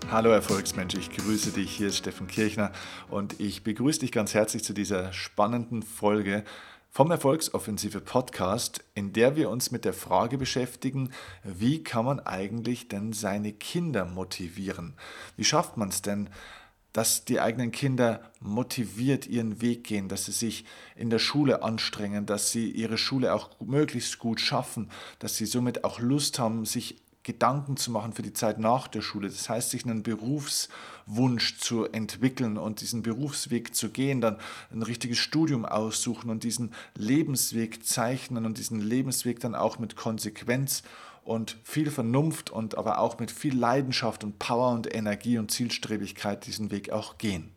Hallo Erfolgsmensch, ich grüße dich, hier ist Steffen Kirchner und ich begrüße dich ganz herzlich zu dieser spannenden Folge vom Erfolgsoffensive Podcast, in der wir uns mit der Frage beschäftigen, wie kann man eigentlich denn seine Kinder motivieren? Wie schafft man es denn, dass die eigenen Kinder motiviert ihren Weg gehen, dass sie sich in der Schule anstrengen, dass sie ihre Schule auch möglichst gut schaffen, dass sie somit auch Lust haben, sich Gedanken zu machen für die Zeit nach der Schule. Das heißt, sich einen Berufswunsch zu entwickeln und diesen Berufsweg zu gehen, dann ein richtiges Studium aussuchen und diesen Lebensweg zeichnen und diesen Lebensweg dann auch mit Konsequenz und viel Vernunft und aber auch mit viel Leidenschaft und Power und Energie und Zielstrebigkeit diesen Weg auch gehen.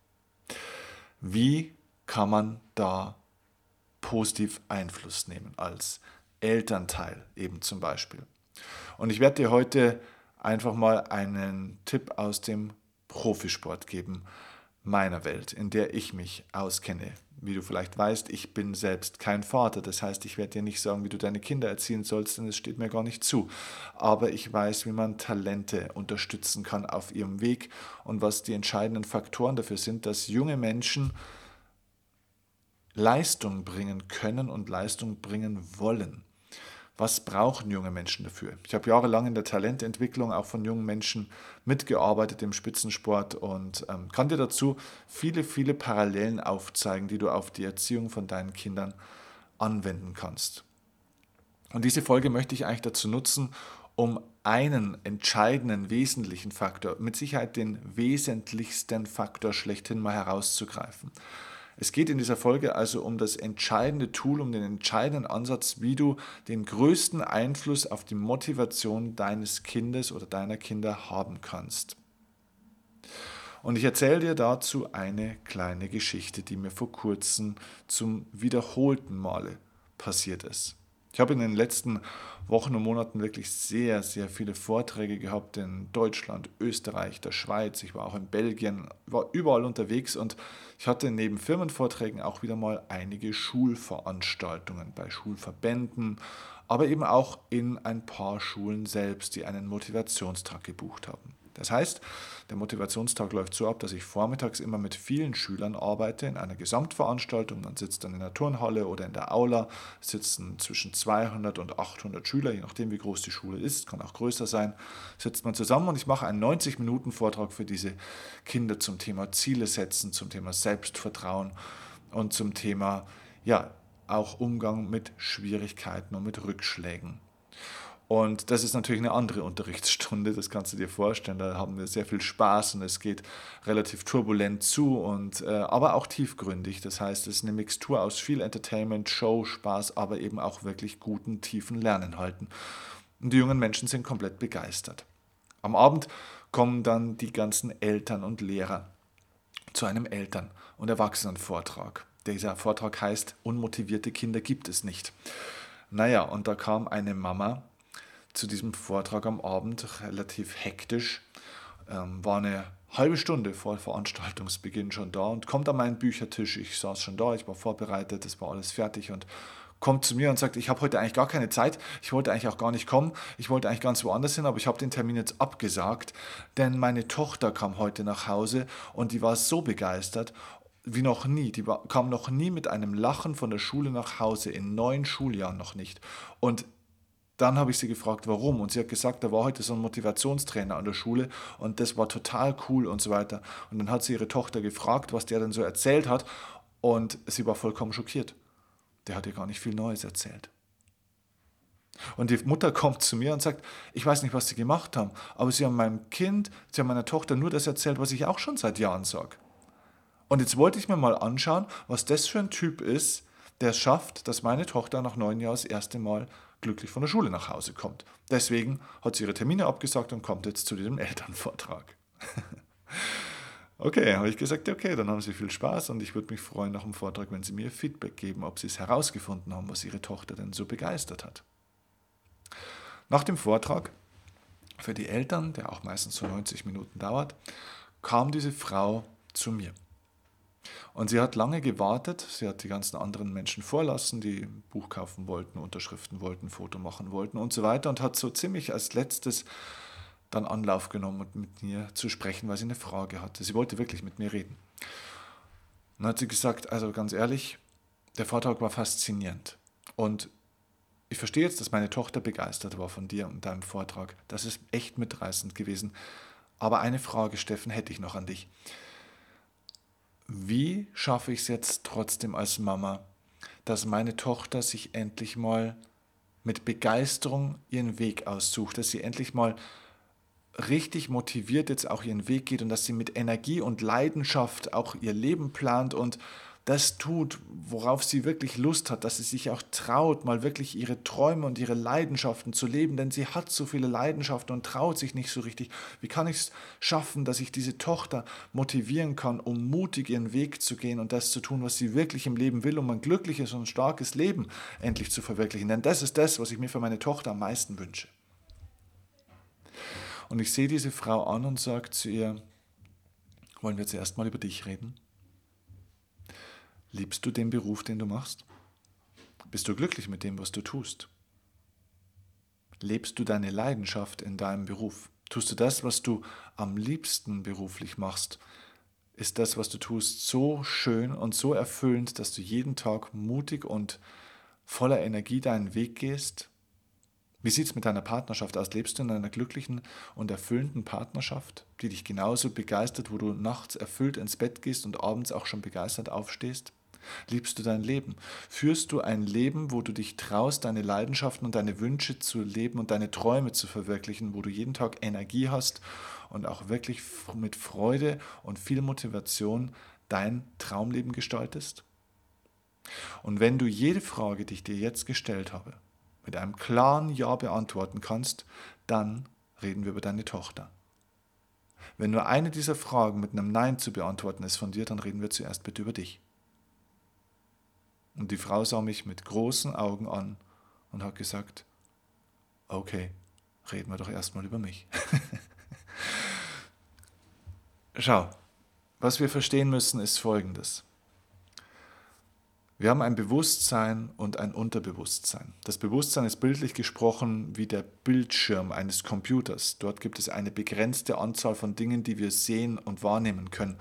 Wie kann man da positiv Einfluss nehmen als Elternteil eben zum Beispiel? Und ich werde dir heute einfach mal einen Tipp aus dem Profisport geben, meiner Welt, in der ich mich auskenne. Wie du vielleicht weißt, ich bin selbst kein Vater. Das heißt, ich werde dir nicht sagen, wie du deine Kinder erziehen sollst, denn es steht mir gar nicht zu. Aber ich weiß, wie man Talente unterstützen kann auf ihrem Weg und was die entscheidenden Faktoren dafür sind, dass junge Menschen Leistung bringen können und Leistung bringen wollen. Was brauchen junge Menschen dafür? Ich habe jahrelang in der Talententwicklung auch von jungen Menschen mitgearbeitet im Spitzensport und kann dir dazu viele Parallelen aufzeigen, die du auf die Erziehung von deinen Kindern anwenden kannst. Und diese Folge möchte ich eigentlich dazu nutzen, um einen entscheidenden, wesentlichen Faktor, mit Sicherheit den wesentlichsten Faktor schlechthin mal herauszugreifen. Es geht in dieser Folge also um das entscheidende Tool, um den entscheidenden Ansatz, wie du den größten Einfluss auf die Motivation deines Kindes oder deiner Kinder haben kannst. Und ich erzähle dir dazu eine kleine Geschichte, die mir vor kurzem zum wiederholten Male passiert ist. Ich habe in den letzten Wochen und Monaten wirklich sehr viele Vorträge gehabt in Deutschland, Österreich, der Schweiz. Ich war auch in Belgien, war überall unterwegs und ich hatte neben Firmenvorträgen auch wieder mal einige Schulveranstaltungen bei Schulverbänden, aber eben auch in ein paar Schulen selbst, die einen Motivationstag gebucht haben. Das heißt, der Motivationstag läuft so ab, dass ich vormittags immer mit vielen Schülern arbeite in einer Gesamtveranstaltung. Man sitzt dann in der Turnhalle oder in der Aula, sitzen zwischen 200 und 800 Schüler, je nachdem wie groß die Schule ist, kann auch größer sein, sitzt man zusammen und ich mache einen 90-Minuten-Vortrag für diese Kinder zum Thema Ziele setzen, zum Thema Selbstvertrauen und zum Thema, ja, auch Umgang mit Schwierigkeiten und mit Rückschlägen. Und das ist natürlich eine andere Unterrichtsstunde, das kannst du dir vorstellen. Da haben wir sehr viel Spaß und es geht relativ turbulent zu und aber auch tiefgründig. Das heißt, es ist eine Mixtur aus viel Entertainment, Show, Spaß, aber eben auch wirklich guten, tiefen Lerninhalten. Und die jungen Menschen sind komplett begeistert. Am Abend kommen dann die ganzen Eltern und Lehrer zu einem Eltern- und Erwachsenenvortrag. Dieser Vortrag heißt, unmotivierte Kinder gibt es nicht. Naja, und da kam eine Mama zu diesem Vortrag am Abend relativ hektisch, war eine halbe Stunde vor Veranstaltungsbeginn schon da und kommt an meinen Büchertisch. Ich saß schon da, ich war vorbereitet, es war alles fertig und kommt zu mir und sagt, ich habe heute eigentlich gar keine Zeit, ich wollte eigentlich auch gar nicht kommen, ich wollte eigentlich ganz woanders hin, aber ich habe den Termin jetzt abgesagt, denn meine Tochter kam heute nach Hause und die war so begeistert wie noch nie. Kam noch nie mit einem Lachen von der Schule nach Hause, in 9 Schuljahren noch nicht. Und dann habe ich sie gefragt, warum. Und sie hat gesagt, da war heute so ein Motivationstrainer an der Schule und das war total cool und so weiter. Und dann hat sie ihre Tochter gefragt, was der denn so erzählt hat und sie war vollkommen schockiert. Der hat ihr gar nicht viel Neues erzählt. Und die Mutter kommt zu mir und sagt, ich weiß nicht, was sie gemacht haben, aber sie haben sie haben meiner Tochter nur das erzählt, was ich auch schon seit Jahren sage. Und jetzt wollte ich mir mal anschauen, was das für ein Typ ist, der es schafft, dass meine Tochter nach 9 Jahren das erste Mal glücklich von der Schule nach Hause kommt. Deswegen hat sie ihre Termine abgesagt und kommt jetzt zu diesem Elternvortrag. Okay, habe ich gesagt, okay, dann haben Sie viel Spaß und ich würde mich freuen nach dem Vortrag, wenn Sie mir Feedback geben, ob Sie es herausgefunden haben, was Ihre Tochter denn so begeistert hat. Nach dem Vortrag für die Eltern, der auch meistens so 90 Minuten dauert, kam diese Frau zu mir. Und sie hat lange gewartet, sie hat die ganzen anderen Menschen vorlassen, die ein Buch kaufen wollten, Unterschriften wollten, Foto machen wollten und so weiter und hat so ziemlich als letztes dann Anlauf genommen und mit mir zu sprechen, weil sie eine Frage hatte. Sie wollte wirklich mit mir reden. Und dann hat sie gesagt, also ganz ehrlich, der Vortrag war faszinierend. Und ich verstehe jetzt, dass meine Tochter begeistert war von dir und deinem Vortrag. Das ist echt mitreißend gewesen. Aber eine Frage, Steffen, hätte ich noch an dich. Wie schaffe ich es jetzt trotzdem als Mama, dass meine Tochter sich endlich mal mit Begeisterung ihren Weg aussucht, dass sie endlich mal richtig motiviert jetzt auch ihren Weg geht und dass sie mit Energie und Leidenschaft auch ihr Leben plant und das tut, worauf sie wirklich Lust hat, dass sie sich auch traut, mal wirklich ihre Träume und ihre Leidenschaften zu leben, denn sie hat so viele Leidenschaften und traut sich nicht so richtig. Wie kann ich es schaffen, dass ich diese Tochter motivieren kann, um mutig ihren Weg zu gehen und das zu tun, was sie wirklich im Leben will, um ein glückliches und starkes Leben endlich zu verwirklichen? Denn das ist das, was ich mir für meine Tochter am meisten wünsche. Und ich sehe diese Frau an und sage zu ihr, wollen wir zuerst mal über dich reden? Liebst du den Beruf, den du machst? Bist du glücklich mit dem, was du tust? Lebst du deine Leidenschaft in deinem Beruf? Tust du das, was du am liebsten beruflich machst? Ist das, was du tust, so schön und so erfüllend, dass du jeden Tag mutig und voller Energie deinen Weg gehst? Wie sieht es mit deiner Partnerschaft aus? Lebst du in einer glücklichen und erfüllenden Partnerschaft, die dich genauso begeistert, wo du nachts erfüllt ins Bett gehst und abends auch schon begeistert aufstehst? Liebst du dein Leben? Führst du ein Leben, wo du dich traust, deine Leidenschaften und deine Wünsche zu leben und deine Träume zu verwirklichen, wo du jeden Tag Energie hast und auch wirklich mit Freude und viel Motivation dein Traumleben gestaltest? Und wenn du jede Frage, die ich dir jetzt gestellt habe, mit einem klaren Ja beantworten kannst, dann reden wir über deine Tochter. Wenn nur eine dieser Fragen mit einem Nein zu beantworten ist von dir, dann reden wir zuerst bitte über dich. Und die Frau sah mich mit großen Augen an und hat gesagt, okay, reden wir doch erstmal über mich. Schau, was wir verstehen müssen, ist Folgendes. Wir haben ein Bewusstsein und ein Unterbewusstsein. Das Bewusstsein ist bildlich gesprochen wie der Bildschirm eines Computers. Dort gibt es eine begrenzte Anzahl von Dingen, die wir sehen und wahrnehmen können.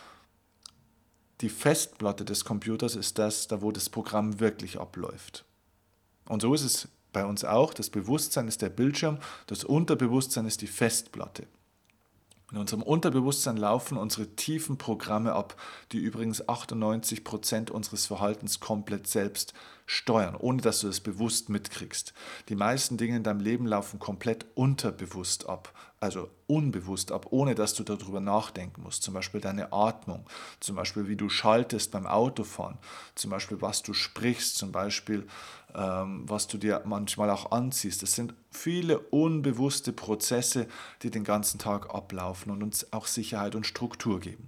Die Festplatte des Computers ist das, da wo das Programm wirklich abläuft. Und so ist es bei uns auch. Das Bewusstsein ist der Bildschirm, das Unterbewusstsein ist die Festplatte. In unserem Unterbewusstsein laufen unsere tiefen Programme ab, die übrigens 98% unseres Verhaltens komplett selbst steuern, ohne dass du das bewusst mitkriegst. Die meisten Dinge in deinem Leben laufen komplett unterbewusst ab, also unbewusst ab, ohne dass du darüber nachdenken musst. Zum Beispiel deine Atmung, zum Beispiel wie du schaltest beim Autofahren, zum Beispiel was du sprichst, zum Beispiel was du dir manchmal auch anziehst. Das sind viele unbewusste Prozesse, die den ganzen Tag ablaufen und uns auch Sicherheit und Struktur geben.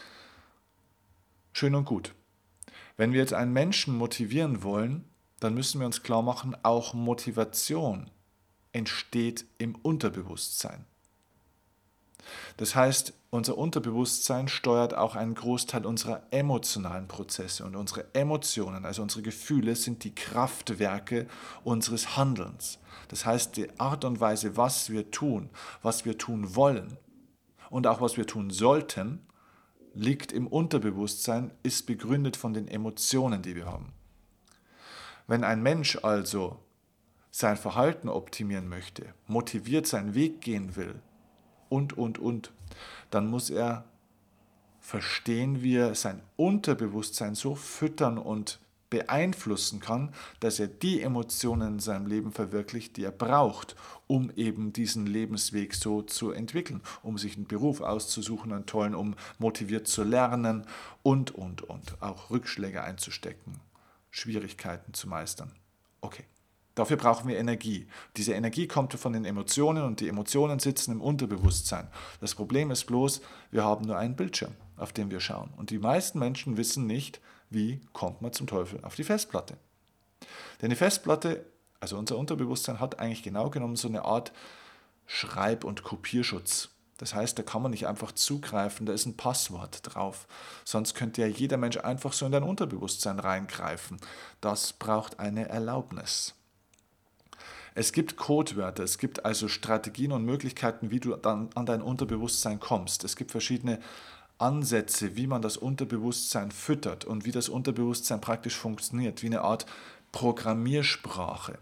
Schön und gut. Wenn wir jetzt einen Menschen motivieren wollen, dann müssen wir uns klar machen, auch Motivation entsteht im Unterbewusstsein. Das heißt, unser Unterbewusstsein steuert auch einen Großteil unserer emotionalen Prozesse und unsere Emotionen, also unsere Gefühle, sind die Kraftwerke unseres Handelns. Das heißt, die Art und Weise, was wir tun wollen und auch was wir tun sollten, liegt im Unterbewusstsein, ist begründet von den Emotionen, die wir haben. Wenn ein Mensch also sein Verhalten optimieren möchte, motiviert seinen Weg gehen will, und, dann muss er verstehen, wie er sein Unterbewusstsein so füttern und beeinflussen kann, dass er die Emotionen in seinem Leben verwirklicht, die er braucht, um eben diesen Lebensweg so zu entwickeln, um sich einen Beruf auszusuchen, einen tollen, um motiviert zu lernen und. Auch Rückschläge einzustecken, Schwierigkeiten zu meistern. Okay. Dafür brauchen wir Energie. Diese Energie kommt von den Emotionen und die Emotionen sitzen im Unterbewusstsein. Das Problem ist bloß, wir haben nur einen Bildschirm, auf den wir schauen. Und die meisten Menschen wissen nicht, wie kommt man zum Teufel auf die Festplatte. Denn die Festplatte, also unser Unterbewusstsein, hat eigentlich genau genommen so eine Art Schreib- und Kopierschutz. Das heißt, da kann man nicht einfach zugreifen, da ist ein Passwort drauf. Sonst könnte ja jeder Mensch einfach so in dein Unterbewusstsein reingreifen. Das braucht eine Erlaubnis. Es gibt Codewörter, es gibt also Strategien und Möglichkeiten, wie du dann an dein Unterbewusstsein kommst. Es gibt verschiedene Ansätze, wie man das Unterbewusstsein füttert und wie das Unterbewusstsein praktisch funktioniert, wie eine Art Programmiersprache.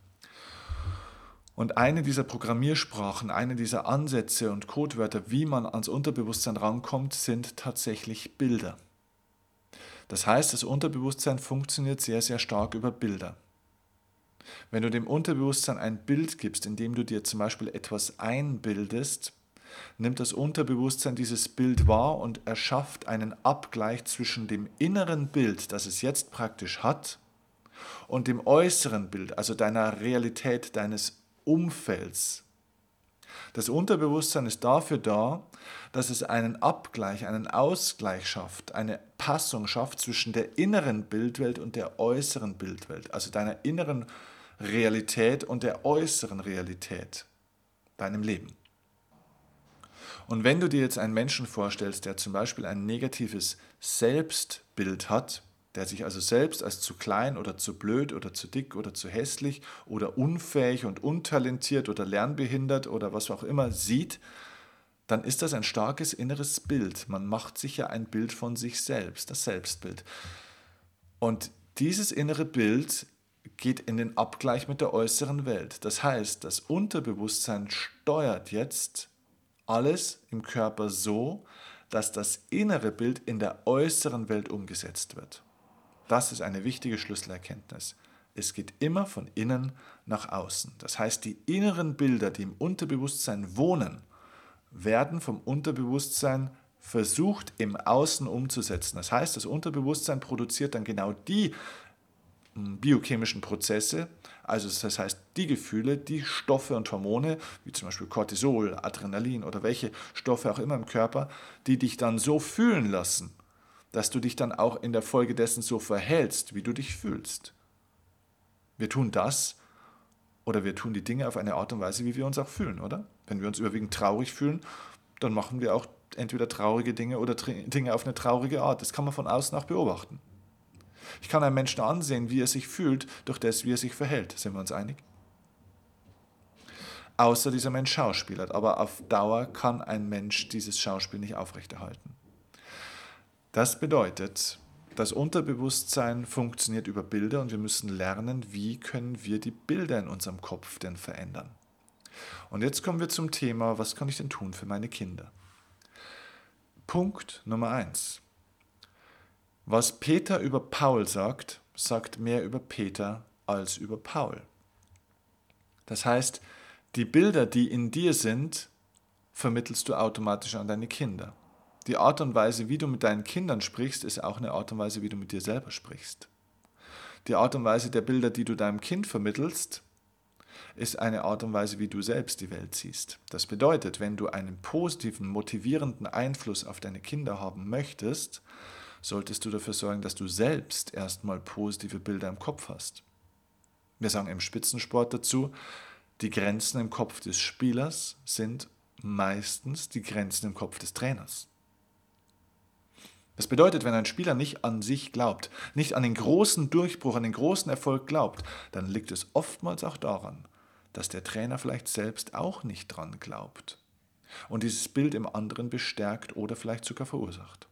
Und eine dieser Programmiersprachen, eine dieser Ansätze und Codewörter, wie man ans Unterbewusstsein rankommt, sind tatsächlich Bilder. Das heißt, das Unterbewusstsein funktioniert sehr, sehr stark über Bilder. Wenn du dem Unterbewusstsein ein Bild gibst, indem du dir zum Beispiel etwas einbildest, nimmt das Unterbewusstsein dieses Bild wahr und erschafft einen Abgleich zwischen dem inneren Bild, das es jetzt praktisch hat, und dem äußeren Bild, also deiner Realität, deines Umfelds. Das Unterbewusstsein ist dafür da, dass es einen Abgleich, einen Ausgleich schafft, eine Passung schafft zwischen der inneren Bildwelt und der äußeren Bildwelt, also deiner inneren Realität und der äußeren Realität, deinem Leben. Und wenn du dir jetzt einen Menschen vorstellst, der zum Beispiel ein negatives Selbstbild hat, der sich also selbst als zu klein oder zu blöd oder zu dick oder zu hässlich oder unfähig und untalentiert oder lernbehindert oder was auch immer sieht, dann ist das ein starkes inneres Bild. Man macht sich ja ein Bild von sich selbst, das Selbstbild. Und dieses innere Bild geht in den Abgleich mit der äußeren Welt. Das heißt, das Unterbewusstsein steuert jetzt alles im Körper so, dass das innere Bild in der äußeren Welt umgesetzt wird. Das ist eine wichtige Schlüsselerkenntnis. Es geht immer von innen nach außen. Das heißt, die inneren Bilder, die im Unterbewusstsein wohnen, werden vom Unterbewusstsein versucht im Außen umzusetzen. Das heißt, das Unterbewusstsein produziert dann genau die biochemischen Prozesse, also das heißt die Gefühle, die Stoffe und Hormone, wie zum Beispiel Cortisol, Adrenalin oder welche Stoffe auch immer im Körper, die dich dann so fühlen lassen, dass du dich dann auch in der Folge dessen so verhältst, wie du dich fühlst. Wir tun das oder wir tun die Dinge auf eine Art und Weise, wie wir uns auch fühlen, oder? Wenn wir uns überwiegend traurig fühlen, dann machen wir auch entweder traurige Dinge oder Dinge auf eine traurige Art. Das kann man von außen auch beobachten. Ich kann einem Menschen ansehen, wie er sich fühlt, durch das, wie er sich verhält. Sind wir uns einig? Außer dieser Mensch schauspielert. Aber auf Dauer kann ein Mensch dieses Schauspiel nicht aufrechterhalten. Das bedeutet, das Unterbewusstsein funktioniert über Bilder und wir müssen lernen, wie können wir die Bilder in unserem Kopf denn verändern. Und jetzt kommen wir zum Thema, was kann ich denn tun für meine Kinder? Punkt Nummer 1. Was Peter über Paul sagt, sagt mehr über Peter als über Paul. Das heißt, die Bilder, die in dir sind, vermittelst du automatisch an deine Kinder. Die Art und Weise, wie du mit deinen Kindern sprichst, ist auch eine Art und Weise, wie du mit dir selber sprichst. Die Art und Weise der Bilder, die du deinem Kind vermittelst, ist eine Art und Weise, wie du selbst die Welt siehst. Das bedeutet, wenn du einen positiven, motivierenden Einfluss auf deine Kinder haben möchtest, solltest du dafür sorgen, dass du selbst erstmal positive Bilder im Kopf hast. Wir sagen im Spitzensport dazu, die Grenzen im Kopf des Spielers sind meistens die Grenzen im Kopf des Trainers. Das bedeutet, wenn ein Spieler nicht an sich glaubt, nicht an den großen Durchbruch, an den großen Erfolg glaubt, dann liegt es oftmals auch daran, dass der Trainer vielleicht selbst auch nicht dran glaubt und dieses Bild im anderen bestärkt oder vielleicht sogar verursacht.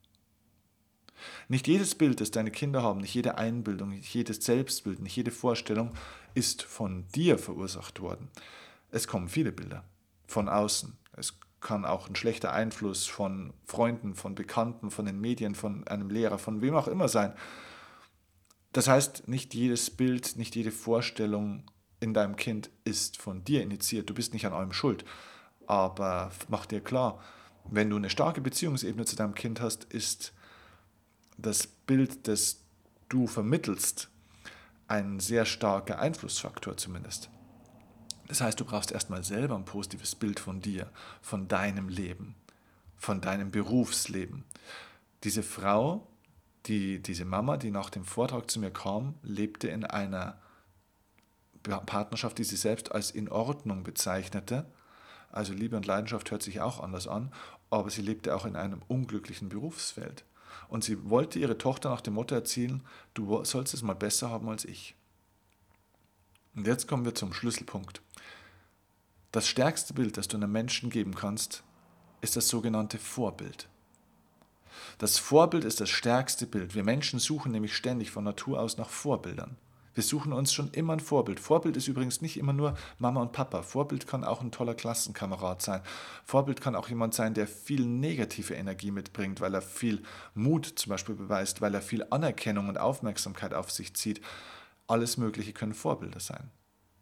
Nicht jedes Bild, das deine Kinder haben, nicht jede Einbildung, nicht jedes Selbstbild, nicht jede Vorstellung ist von dir verursacht worden. Es kommen viele Bilder von außen. Es kann auch ein schlechter Einfluss von Freunden, von Bekannten, von den Medien, von einem Lehrer, von wem auch immer sein. Das heißt, nicht jedes Bild, nicht jede Vorstellung in deinem Kind ist von dir initiiert. Du bist nicht an allem schuld. Aber mach dir klar, wenn du eine starke Beziehungsebene zu deinem Kind hast, ist das Bild, das du vermittelst, ein sehr starker Einflussfaktor zumindest. Das heißt, du brauchst erstmal selber ein positives Bild von dir, von deinem Leben, von deinem Berufsleben. Diese Frau, diese Mama, die nach dem Vortrag zu mir kam, lebte in einer Partnerschaft, die sie selbst als in Ordnung bezeichnete. Also Liebe und Leidenschaft hört sich auch anders an, aber sie lebte auch in einem unglücklichen Berufsfeld. Und sie wollte ihre Tochter nach dem Motto erziehen, du sollst es mal besser haben als ich. Und jetzt kommen wir zum Schlüsselpunkt. Das stärkste Bild, das du einem Menschen geben kannst, ist das sogenannte Vorbild. Das Vorbild ist das stärkste Bild. Wir Menschen suchen nämlich ständig von Natur aus nach Vorbildern. Wir suchen uns schon immer ein Vorbild. Vorbild ist übrigens nicht immer nur Mama und Papa. Vorbild kann auch ein toller Klassenkamerad sein. Vorbild kann auch jemand sein, der viel negative Energie mitbringt, weil er viel Mut zum Beispiel beweist, weil er viel Anerkennung und Aufmerksamkeit auf sich zieht. Alles Mögliche können Vorbilder sein.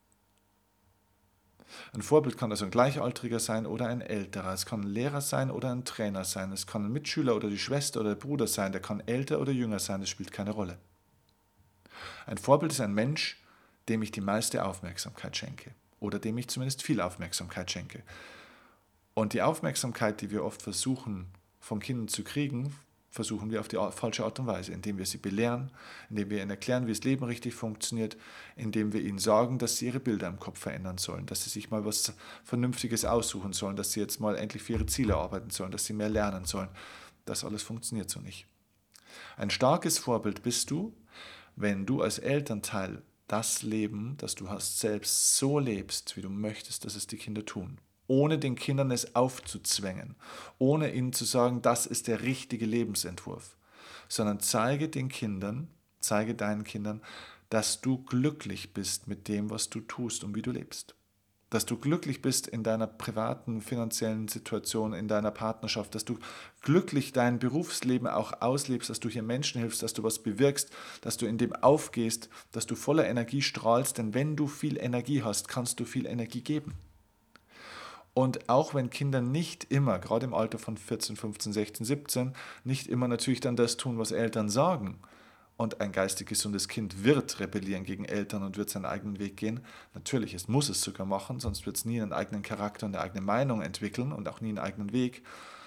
Ein Vorbild kann also ein Gleichaltriger sein oder ein älterer. Es kann ein Lehrer sein oder ein Trainer sein. Es kann ein Mitschüler oder die Schwester oder der Bruder sein. Der kann älter oder jünger sein. Das spielt keine Rolle. Ein Vorbild ist ein Mensch, dem ich die meiste Aufmerksamkeit schenke. Oder dem ich zumindest viel Aufmerksamkeit schenke. Und die Aufmerksamkeit, die wir oft versuchen, von Kindern zu kriegen, versuchen wir auf die falsche Art und Weise, indem wir sie belehren, indem wir ihnen erklären, wie das Leben richtig funktioniert, indem wir ihnen sagen, dass sie ihre Bilder im Kopf verändern sollen, dass sie sich mal was Vernünftiges aussuchen sollen, dass sie jetzt mal endlich für ihre Ziele arbeiten sollen, dass sie mehr lernen sollen. Das alles funktioniert so nicht. Ein starkes Vorbild bist du, wenn du als Elternteil das Leben, das du hast, selbst so lebst, wie du möchtest, dass es die Kinder tun. Ohne den Kindern es aufzuzwängen, ohne ihnen zu sagen, das ist der richtige Lebensentwurf, sondern zeige deinen Kindern, dass du glücklich bist mit dem, was du tust und wie du lebst. Dass du glücklich bist in deiner privaten, finanziellen Situation, in deiner Partnerschaft, dass du glücklich dein Berufsleben auch auslebst, dass du hier Menschen hilfst, dass du was bewirkst, dass du in dem aufgehst, dass du voller Energie strahlst, denn wenn du viel Energie hast, kannst du viel Energie geben. Und auch wenn Kinder nicht immer, gerade im Alter von 14, 15, 16, 17, nicht immer natürlich dann das tun, was Eltern sagen, und ein geistig gesundes Kind wird rebellieren gegen Eltern und wird seinen eigenen Weg gehen. Natürlich, es muss es sogar machen, sonst wird es nie einen eigenen Charakter und eine eigene Meinung entwickeln und auch nie einen eigenen Weg.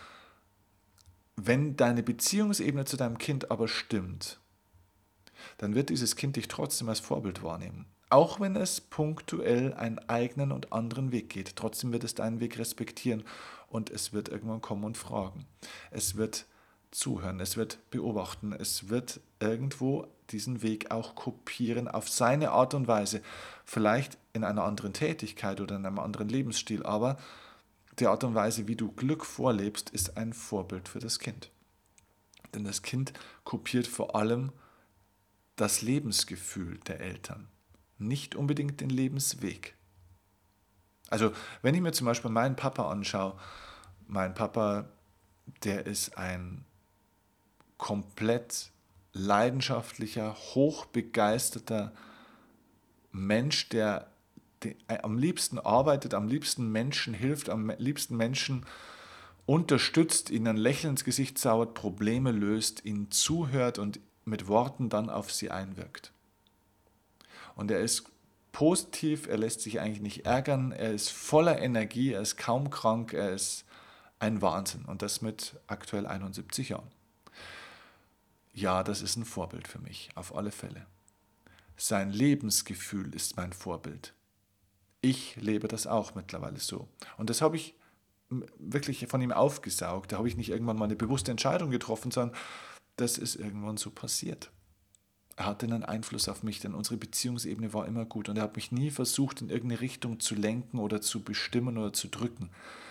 Wenn deine Beziehungsebene zu deinem Kind aber stimmt, dann wird dieses Kind dich trotzdem als Vorbild wahrnehmen. Auch wenn es punktuell einen eigenen und anderen Weg geht. Trotzdem wird es deinen Weg respektieren und es wird irgendwann kommen und fragen. Es wird zuhören, es wird beobachten, es wird irgendwo diesen Weg auch kopieren auf seine Art und Weise. Vielleicht in einer anderen Tätigkeit oder in einem anderen Lebensstil, aber die Art und Weise, wie du Glück vorlebst, ist ein Vorbild für das Kind. Denn das Kind kopiert vor allem das Lebensgefühl der Eltern, nicht unbedingt den Lebensweg. Also wenn ich mir zum Beispiel meinen Papa anschaue, mein Papa, der ist ein komplett leidenschaftlicher, hochbegeisterter Mensch, der am liebsten arbeitet, am liebsten Menschen hilft, am liebsten Menschen unterstützt, ihnen ein Lächeln ins Gesicht zaubert, Probleme löst, ihnen zuhört und mit Worten dann auf sie einwirkt. Und er ist positiv, er lässt sich eigentlich nicht ärgern, er ist voller Energie, er ist kaum krank, er ist ein Wahnsinn. Und das mit aktuell 71 Jahren. Ja, das ist ein Vorbild für mich, auf alle Fälle. Sein Lebensgefühl ist mein Vorbild. Ich lebe das auch mittlerweile so. Und das habe ich wirklich von ihm aufgesaugt. Da habe ich nicht irgendwann mal eine bewusste Entscheidung getroffen, sondern das ist irgendwann so passiert. Er hatte einen Einfluss auf mich, denn unsere Beziehungsebene war immer gut und er hat mich nie versucht, in irgendeine Richtung zu lenken oder zu bestimmen oder zu drücken.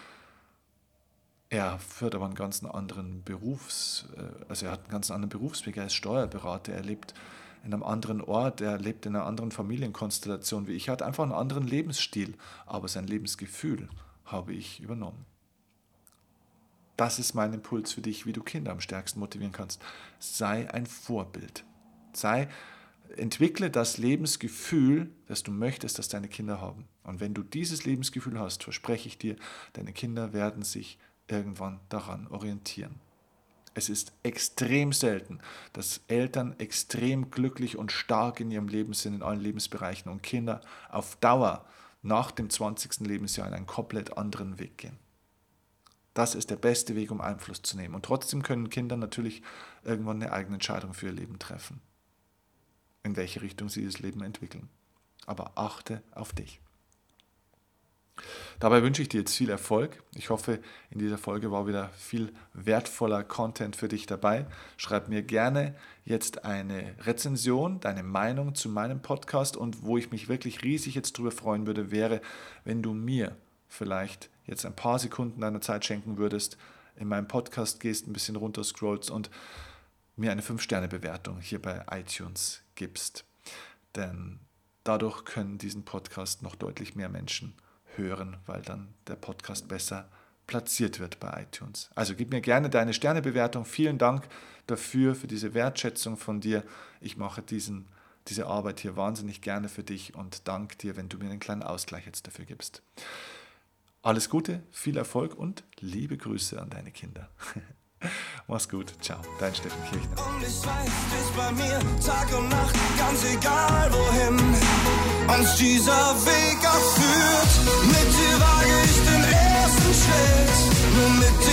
Er führt aber einen ganz anderen also er hat einen ganz anderen Berufsweg, er ist Steuerberater, er lebt in einem anderen Ort, er lebt in einer anderen Familienkonstellation wie ich, er hat einfach einen anderen Lebensstil, aber sein Lebensgefühl habe ich übernommen. Das ist mein Impuls für dich, wie du Kinder am stärksten motivieren kannst. Sei ein Vorbild. Entwickle das Lebensgefühl, das du möchtest, dass deine Kinder haben. Und wenn du dieses Lebensgefühl hast, verspreche ich dir, deine Kinder werden sich irgendwann daran orientieren. Es ist extrem selten, dass Eltern extrem glücklich und stark in ihrem Leben sind, in allen Lebensbereichen und Kinder auf Dauer nach dem 20. Lebensjahr in einen komplett anderen Weg gehen. Das ist der beste Weg, um Einfluss zu nehmen. Und trotzdem können Kinder natürlich irgendwann eine eigene Entscheidung für ihr Leben treffen, in welche Richtung sie das Leben entwickeln. Aber achte auf dich. Dabei wünsche ich dir jetzt viel Erfolg. Ich hoffe, in dieser Folge war wieder viel wertvoller Content für dich dabei. Schreib mir gerne jetzt eine Rezension, deine Meinung zu meinem Podcast, und wo ich mich wirklich riesig jetzt drüber freuen würde, wäre, wenn du mir vielleicht jetzt ein paar Sekunden deiner Zeit schenken würdest, in meinem Podcast gehst, ein bisschen runter scrollst und mir eine 5-Sterne-Bewertung hier bei iTunes gibst. Denn dadurch können diesen Podcast noch deutlich mehr Menschen hören, weil dann der Podcast besser platziert wird bei iTunes. Also gib mir gerne deine Sternebewertung. Vielen Dank dafür, für diese Wertschätzung von dir. Ich mache diese Arbeit hier wahnsinnig gerne für dich und danke dir, wenn du mir einen kleinen Ausgleich jetzt dafür gibst. Alles Gute, viel Erfolg und liebe Grüße an deine Kinder. Mach's gut, ciao, dein Steffen Kirchner. Und ich weiß, du bist bei mir Tag und Nacht, ganz egal wohin uns dieser Weg auch führt. Mit dir wage ich den ersten Schritt, nur mit dir